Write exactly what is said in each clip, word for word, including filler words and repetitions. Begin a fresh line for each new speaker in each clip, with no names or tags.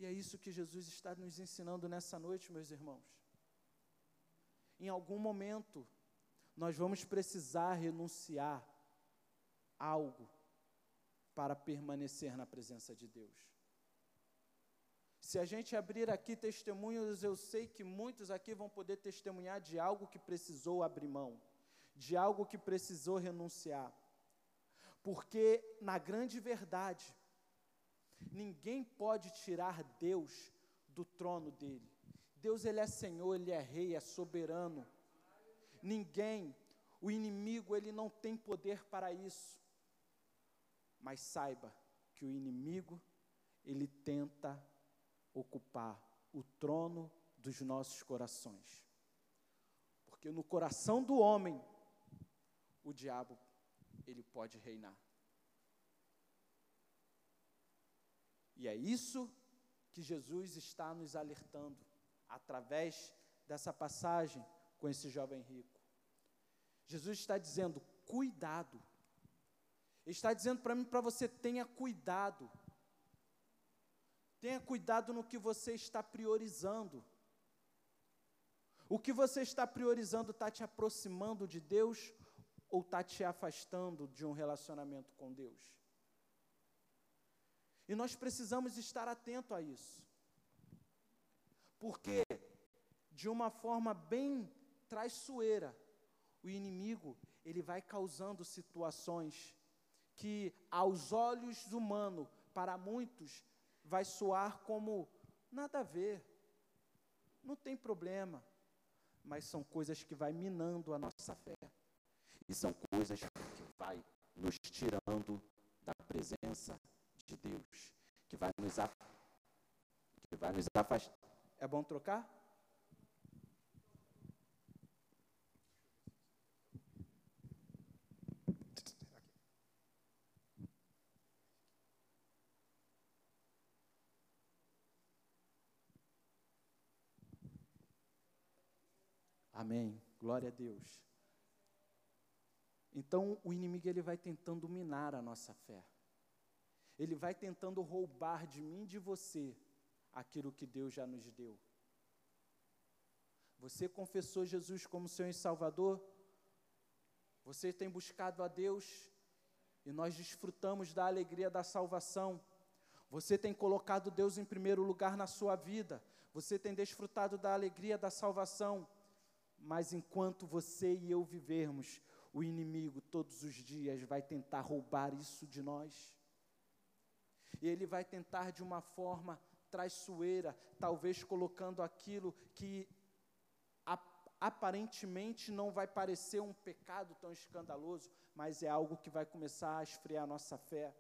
E é isso que Jesus está nos ensinando nessa noite, meus irmãos. Em algum momento, nós vamos precisar renunciar a algo para permanecer na presença de Deus. Se a gente abrir aqui testemunhos, eu sei que muitos aqui vão poder testemunhar de algo que precisou abrir mão, de algo que precisou renunciar. Porque, na grande verdade, ninguém pode tirar Deus do trono dele. Deus, ele é Senhor, ele é Rei, é soberano. Ninguém, o inimigo, ele não tem poder para isso. Mas saiba que o inimigo, ele tenta ocupar o trono dos nossos corações. Porque no coração do homem, o diabo, ele pode reinar. E é isso que Jesus está nos alertando, através dessa passagem com esse jovem rico. Jesus está dizendo, cuidado. Ele está dizendo para mim, para você, tenha cuidado. Tenha cuidado no que você está priorizando. O que você está priorizando está te aproximando de Deus ou está te afastando de um relacionamento com Deus? E nós precisamos estar atento a isso. Porque, de uma forma bem traiçoeira, o inimigo, ele vai causando situações que, aos olhos humanos, para muitos, vai soar como nada a ver, não tem problema, mas são coisas que vai minando a nossa fé, e são coisas que vai nos tirando da presença de Deus, que vai nos, af... que vai nos afastar. É bom trocar? Amém, glória a Deus. Então, o inimigo, ele vai tentando minar a nossa fé. Ele vai tentando roubar de mim e de você aquilo que Deus já nos deu. Você confessou Jesus como Senhor e Salvador? Você tem buscado a Deus e nós desfrutamos da alegria da salvação. Você tem colocado Deus em primeiro lugar na sua vida. Você tem desfrutado da alegria da salvação. Mas enquanto você e eu vivermos, o inimigo todos os dias vai tentar roubar isso de nós. E ele vai tentar de uma forma traiçoeira, talvez colocando aquilo que ap- aparentemente não vai parecer um pecado tão escandaloso, mas é algo que vai começar a esfriar a nossa fé.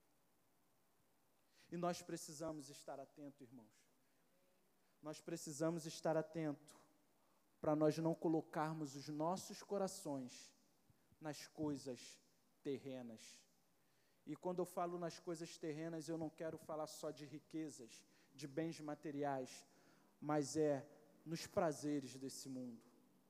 E nós precisamos estar atentos, irmãos. Nós precisamos estar atentos para nós não colocarmos os nossos corações nas coisas terrenas. E quando eu falo nas coisas terrenas, eu não quero falar só de riquezas, de bens materiais, mas é nos prazeres desse mundo.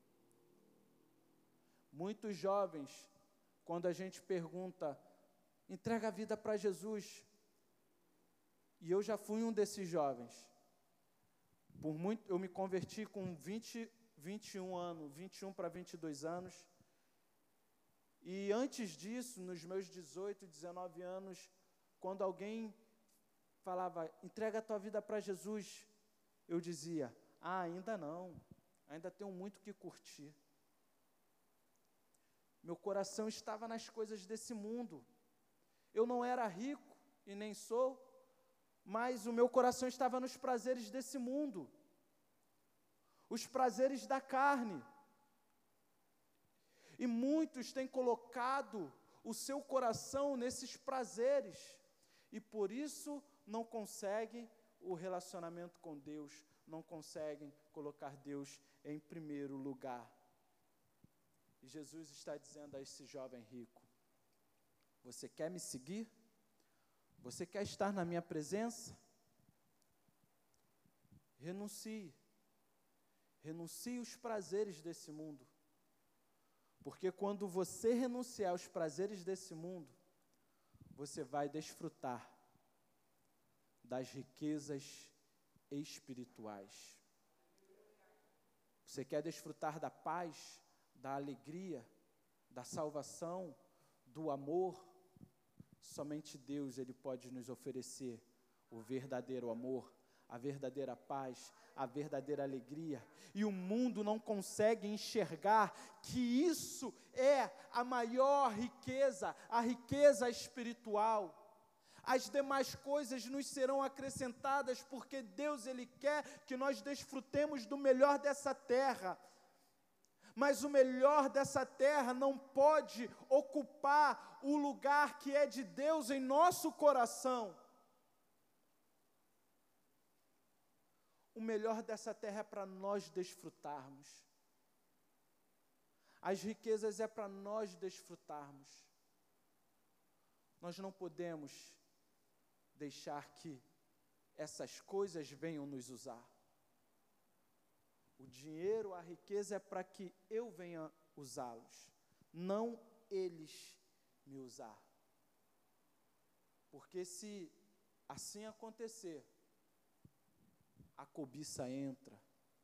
Muitos jovens, quando a gente pergunta, entrega a vida para Jesus, e eu já fui um desses jovens. Por muito, eu me converti com vinte, vinte e um anos, vinte e um para vinte e dois anos. E antes disso, nos meus dezoito, dezenove anos, quando alguém falava, entrega a tua vida para Jesus, eu dizia, ah, ainda não, ainda tenho muito que curtir. Meu coração estava nas coisas desse mundo. Eu não era rico e nem sou, mas o meu coração estava nos prazeres desse mundo, os prazeres da carne. E muitos têm colocado o seu coração nesses prazeres, e por isso não conseguem o relacionamento com Deus, não conseguem colocar Deus em primeiro lugar. E Jesus está dizendo a esse jovem rico, você quer me seguir? Você quer estar na minha presença? Renuncie. Renuncie os prazeres desse mundo. Porque quando você renunciar aos prazeres desse mundo, você vai desfrutar das riquezas espirituais. Você quer desfrutar da paz, da alegria, da salvação, do amor? Somente Deus, Ele pode nos oferecer o verdadeiro amor, a verdadeira paz, a verdadeira alegria. E o mundo não consegue enxergar que isso é a maior riqueza, a riqueza espiritual. As demais coisas nos serão acrescentadas, porque Deus, Ele quer que nós desfrutemos do melhor dessa terra. Mas o melhor dessa terra não pode ocupar o lugar que é de Deus em nosso coração. O melhor dessa terra é para nós desfrutarmos. As riquezas é para nós desfrutarmos. Nós não podemos deixar que essas coisas venham nos usar. O dinheiro, a riqueza é para que eu venha usá-los, não eles me usar. Porque se assim acontecer, a cobiça entra,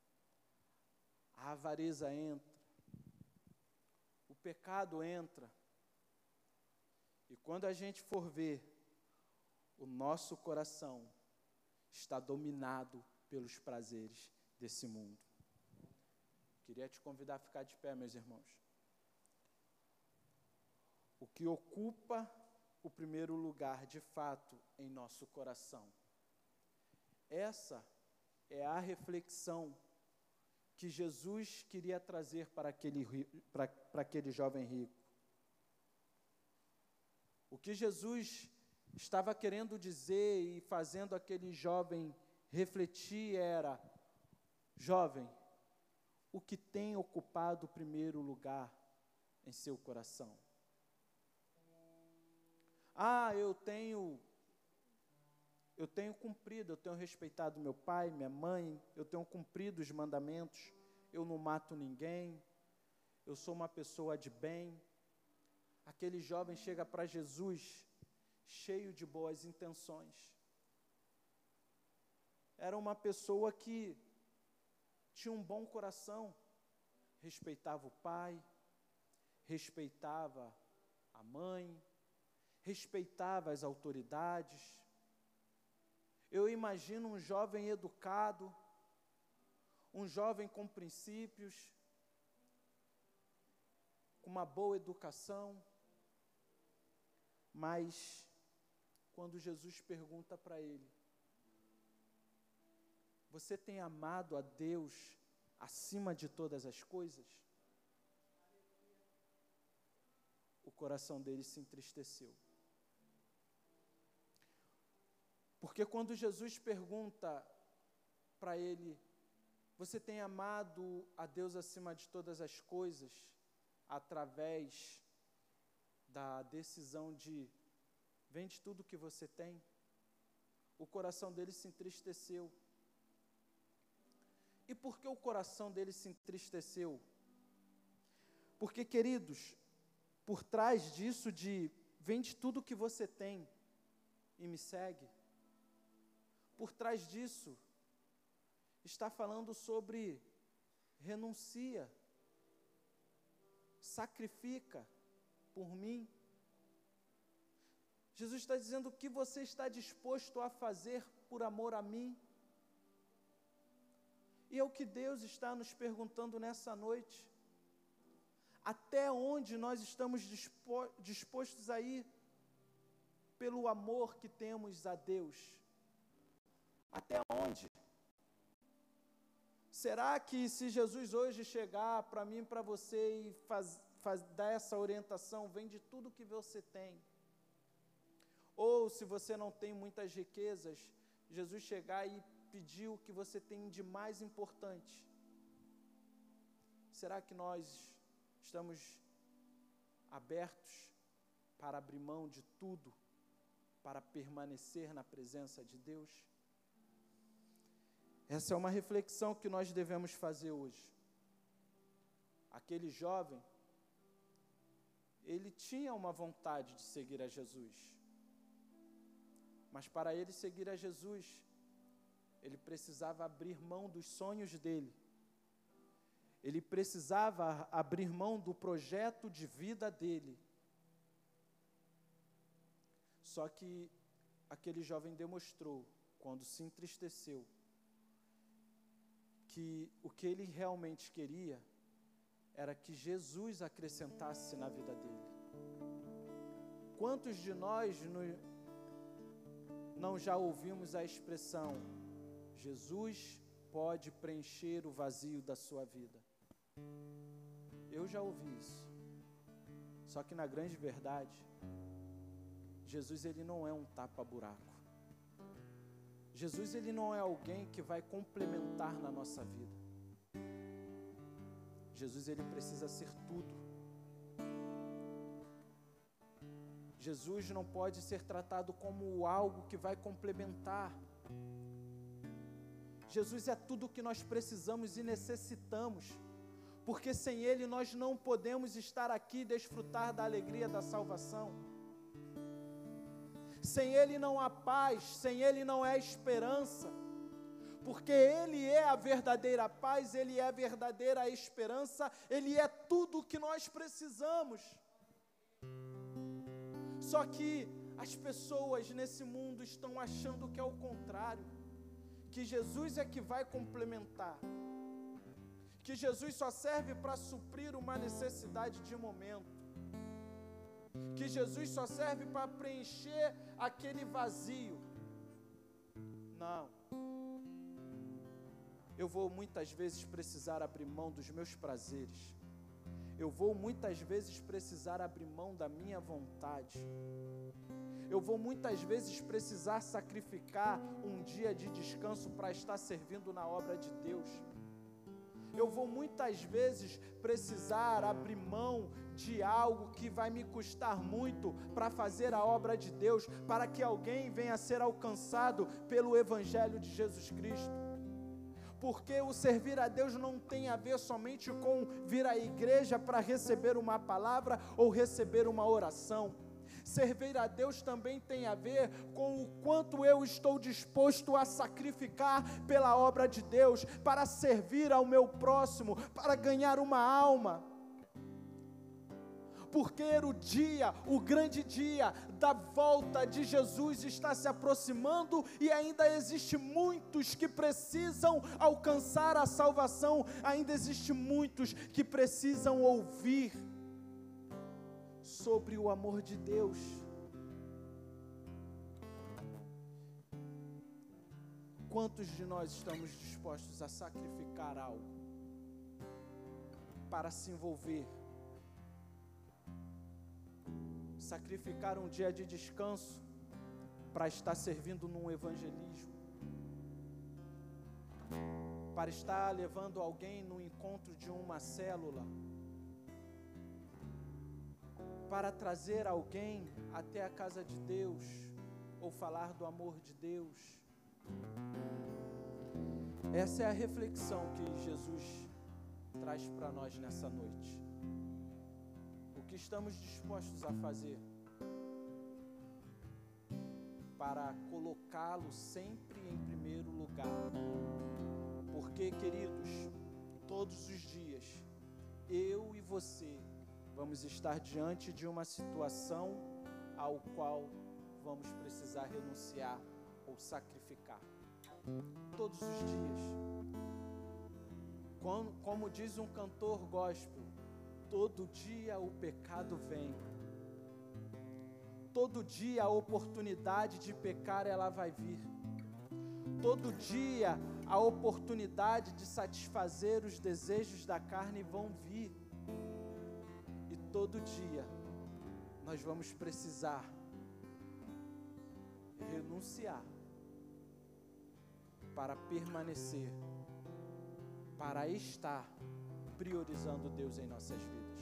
a avareza entra, o pecado entra. E quando a gente for ver, o nosso coração está dominado pelos prazeres desse mundo. Queria te convidar a ficar de pé, meus irmãos. O que ocupa o primeiro lugar, de fato, em nosso coração? Essa é a reflexão que Jesus queria trazer para aquele, para, para aquele jovem rico. O que Jesus estava querendo dizer e fazendo aquele jovem refletir era: jovem, o que tem ocupado o primeiro lugar em seu coração? Ah, eu tenho, eu tenho cumprido, eu tenho respeitado meu pai, minha mãe, eu tenho cumprido os mandamentos, eu não mato ninguém, eu sou uma pessoa de bem. Aquele jovem chega para Jesus cheio de boas intenções. Era uma pessoa que tinha um bom coração, respeitava o pai, respeitava a mãe, respeitava as autoridades. Eu imagino um jovem educado, um jovem com princípios, com uma boa educação. Mas quando Jesus pergunta para ele: você tem amado a Deus acima de todas as coisas? O coração dele se entristeceu. Porque quando Jesus pergunta para ele: você tem amado a Deus acima de todas as coisas, através da decisão de vende tudo que você tem, o coração dele se entristeceu. E por que o coração dele se entristeceu? Porque, queridos, por trás disso de vende tudo que você tem e me segue, por trás disso está falando sobre renuncia, sacrifica por mim. Jesus está dizendo: o que você está disposto a fazer por amor a mim? E é o que Deus está nos perguntando nessa noite. Até onde nós estamos dispo- dispostos a ir pelo amor que temos a Deus? Até onde? Será que se Jesus hoje chegar para mim, para você e faz, faz, dar essa orientação, vende tudo que você tem, ou se você não tem muitas riquezas, Jesus chegar e pedir o que você tem de mais importante, será que nós estamos abertos para abrir mão de tudo, para permanecer na presença de Deus? Essa é uma reflexão que nós devemos fazer hoje. Aquele jovem, ele tinha uma vontade de seguir a Jesus, mas para ele seguir a Jesus, ele precisava abrir mão dos sonhos dele. Ele precisava abrir mão do projeto de vida dele. Só que aquele jovem demonstrou, quando se entristeceu, que o que ele realmente queria era que Jesus acrescentasse na vida dele. Quantos de nós no, não já ouvimos a expressão, Jesus pode preencher o vazio da sua vida? Eu já ouvi isso. Só que na grande verdade, Jesus ele não é um tapa-buraco. Jesus ele não é alguém que vai complementar na nossa vida. Jesus ele precisa ser tudo. Jesus não pode ser tratado como algo que vai complementar. Jesus é tudo o que nós precisamos e necessitamos, porque sem Ele nós não podemos estar aqui e desfrutar da alegria da salvação. Sem Ele não há paz, sem Ele não é esperança, porque Ele é a verdadeira paz, Ele é a verdadeira esperança, Ele é tudo o que nós precisamos. Só que as pessoas nesse mundo estão achando que é o contrário, que Jesus é que vai complementar, que Jesus só serve para suprir uma necessidade de momento, que Jesus só serve para preencher aquele vazio. Não. Eu vou muitas vezes precisar abrir mão dos meus prazeres. Eu vou muitas vezes precisar abrir mão da minha vontade. Eu vou muitas vezes precisar sacrificar um dia de descanso para estar servindo na obra de Deus. Eu vou muitas vezes precisar abrir mão de algo que vai me custar muito para fazer a obra de Deus, para que alguém venha a ser alcançado pelo Evangelho de Jesus Cristo. Porque o servir a Deus não tem a ver somente com vir à igreja para receber uma palavra ou receber uma oração. Servir a Deus também tem a ver com o quanto eu estou disposto a sacrificar pela obra de Deus, para servir ao meu próximo, para ganhar uma alma. Porque o dia, o grande dia da volta de Jesus está se aproximando e ainda existe muitos que precisam alcançar a salvação, ainda existe muitos que precisam ouvir sobre o amor de Deus. Quantos de nós estamos dispostos a sacrificar algo para se envolver? Sacrificar um dia de descanso para estar servindo num evangelismo, para estar levando alguém no encontro de uma célula, para trazer alguém até a casa de Deus, ou falar do amor de Deus. Essa é a reflexão que Jesus traz para nós nessa noite. O que estamos dispostos a fazer para colocá-lo sempre em primeiro lugar? Porque, queridos, todos os dias, eu e você vamos estar diante de uma situação ao qual vamos precisar renunciar ou sacrificar. Todos os dias. Como, como diz um cantor gospel, todo dia o pecado vem. Todo dia a oportunidade de pecar ela vai vir. Todo dia a oportunidade de satisfazer os desejos da carne vão vir. E todo dia nós vamos precisar renunciar para permanecer, para estar priorizando Deus em nossas vidas.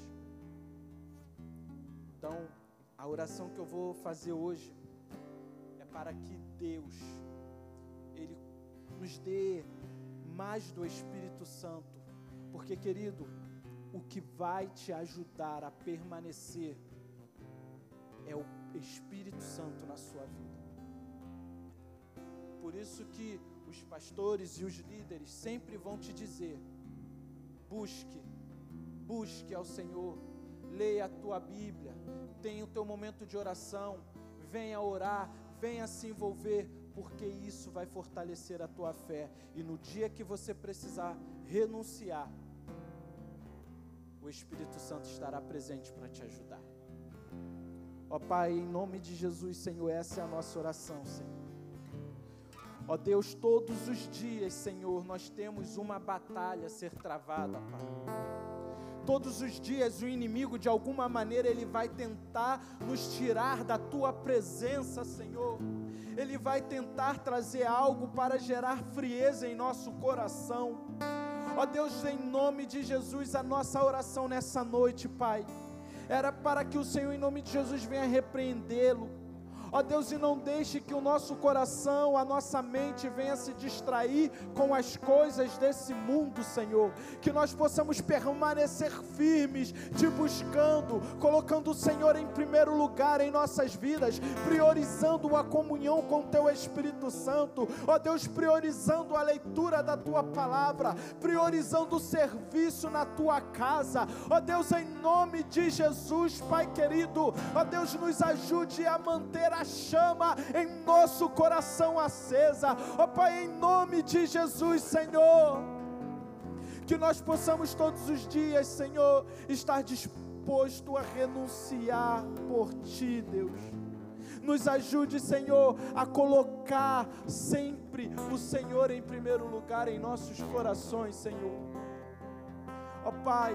Então, a oração que eu vou fazer hoje é para que Deus, Ele nos dê mais do Espírito Santo, porque, querido, o que vai te ajudar a permanecer é o Espírito Santo na sua vida. Por isso que os pastores e os líderes sempre vão te dizer: busque, busque ao Senhor, leia a tua Bíblia, tenha o teu momento de oração, venha orar, venha se envolver, porque isso vai fortalecer a tua fé, e no dia que você precisar renunciar, o Espírito Santo estará presente para te ajudar. Ó Pai, em nome de Jesus, Senhor, essa é a nossa oração, Senhor. Ó Deus, todos os dias, Senhor, nós temos uma batalha a ser travada, Pai. Todos os dias o inimigo, de alguma maneira, ele vai tentar nos tirar da tua presença, Senhor. Ele vai tentar trazer algo para gerar frieza em nosso coração. Ó Deus, em nome de Jesus, a nossa oração nessa noite, Pai, era para que o Senhor, em nome de Jesus, venha repreendê-lo. Ó Deus, e não deixe que o nosso coração, a nossa mente venha se distrair com as coisas desse mundo, Senhor. Que nós possamos permanecer firmes, te buscando, colocando o Senhor em primeiro lugar em nossas vidas, priorizando a comunhão com o Teu Espírito Santo. Ó Deus, priorizando a leitura da Tua Palavra, priorizando o serviço na Tua casa. Ó Deus, em nome de Jesus, Pai querido, ó Deus, nos ajude a manter a chama em nosso coração acesa. Ó Pai, em nome de Jesus, Senhor, que nós possamos todos os dias, Senhor, estar disposto a renunciar por Ti, Deus. Nos ajude, Senhor, a colocar sempre o Senhor em primeiro lugar em nossos corações, Senhor. Ó Pai,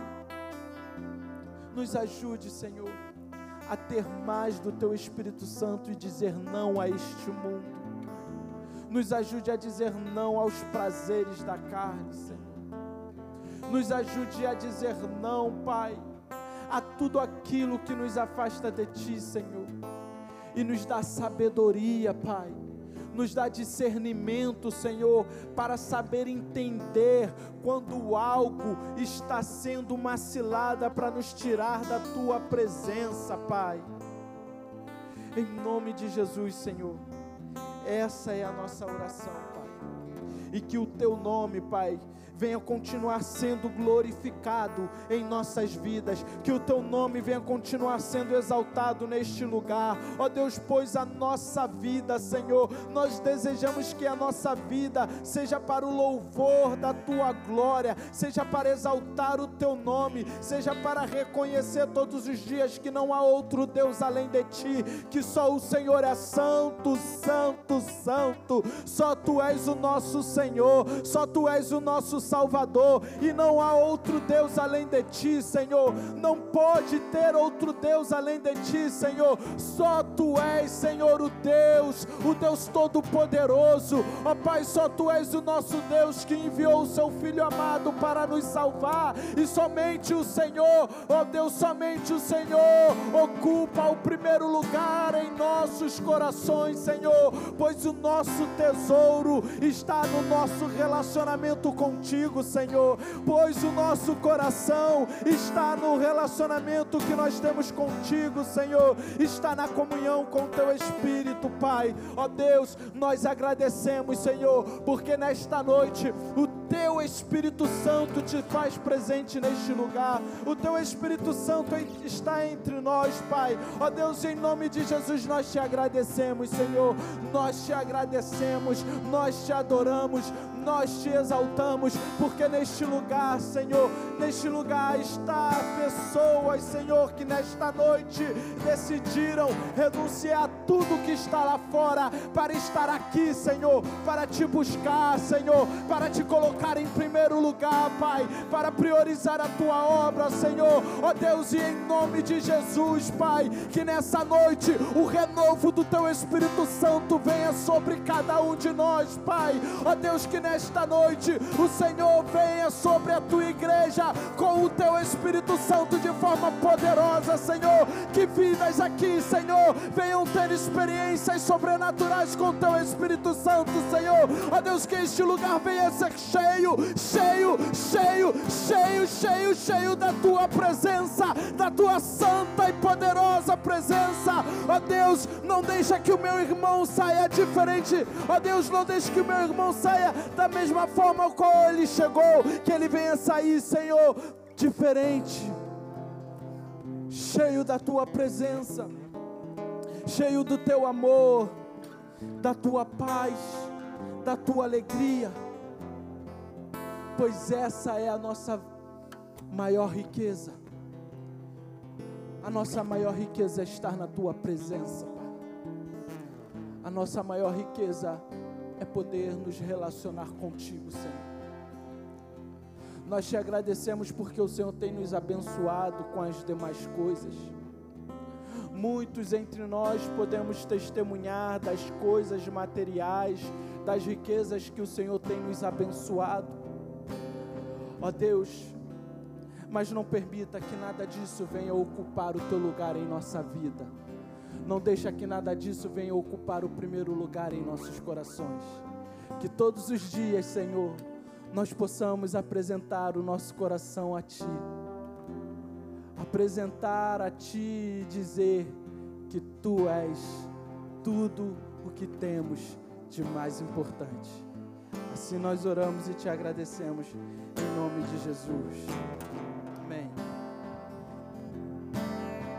nos ajude, Senhor, a ter mais do Teu Espírito Santo e dizer não a este mundo. Nos ajude a dizer não aos prazeres da carne, Senhor. Nos ajude a dizer não, Pai, a tudo aquilo que nos afasta de Ti, Senhor. E nos dá sabedoria, Pai. Nos dá discernimento, Senhor, para saber entender quando algo está sendo uma cilada para nos tirar da Tua presença, Pai. Em nome de Jesus, Senhor, essa é a nossa oração, Pai. E que o Teu nome, Pai, venha continuar sendo glorificado em nossas vidas, que o Teu nome venha continuar sendo exaltado neste lugar. Ó Deus, pois a nossa vida, Senhor, nós desejamos que a nossa vida seja para o louvor da Tua glória, seja para exaltar o Teu nome, seja para reconhecer todos os dias que não há outro Deus além de Ti, que só o Senhor é santo, santo, santo. Só Tu és o nosso Senhor, só Tu és o nosso Salvador, e não há outro Deus além de Ti, Senhor. Não pode ter outro Deus além de Ti, Senhor. Só Tu és, Senhor, o Deus, o Deus Todo-Poderoso. Ó Pai, só Tu és o nosso Deus que enviou o Seu Filho amado para nos salvar, e somente o Senhor, ó Deus, somente o Senhor ocupa o primeiro lugar em nossos corações, Senhor, pois o nosso tesouro está no nosso relacionamento contigo, Senhor, pois o nosso coração está no relacionamento que nós temos contigo, Senhor, está na comunhão com o Teu Espírito, Pai. Ó Deus, nós agradecemos, Senhor, porque nesta noite o Teu Espírito Santo te faz presente neste lugar, o Teu Espírito Santo está entre nós, Pai. Ó Deus, em nome de Jesus nós Te agradecemos, Senhor, nós Te agradecemos, nós Te adoramos, nós Te exaltamos, porque neste lugar, Senhor, neste lugar está pessoas, Senhor, que nesta noite decidiram renunciar a tudo que está lá fora para estar aqui, Senhor, para Te buscar, Senhor, para Te colocar em primeiro lugar, Pai, para priorizar a Tua obra, Senhor. Ó Deus, e em nome de Jesus, Pai, que nessa noite o renovo do Teu Espírito Santo venha sobre cada um de nós, Pai. Ó Deus, que nesta noite o Senhor venha sobre a Tua igreja com o Teu Espírito Santo de forma poderosa, Senhor, que vidas aqui, Senhor, venham ter experiências sobrenaturais com o Teu Espírito Santo, Senhor. Ó Deus, que este lugar venha ser cheio cheio, cheio, cheio, cheio, cheio da tua presença, da tua santa e poderosa presença. Ó Deus, não deixa que o meu irmão saia diferente. Ó Deus, não deixa que o meu irmão saia da mesma forma como ele chegou, que ele venha sair, Senhor, diferente, cheio da tua presença, cheio do teu amor, da tua paz, da tua alegria, pois essa é a nossa maior riqueza. A nossa maior riqueza é estar na tua presença, Pai. A nossa maior riqueza é poder nos relacionar contigo, Senhor. Nós te agradecemos porque o Senhor tem nos abençoado com as demais coisas. Muitos entre nós podemos testemunhar das coisas materiais, das riquezas que o Senhor tem nos abençoado. Ó Deus, mas não permita que nada disso venha ocupar o teu lugar em nossa vida. Não deixa que nada disso venha ocupar o primeiro lugar em nossos corações. Que todos os dias, Senhor, nós possamos apresentar o nosso coração a Ti. Apresentar a Ti e dizer que Tu és tudo o que temos de mais importante. Assim nós oramos e Te agradecemos, em nome de Jesus. Amém.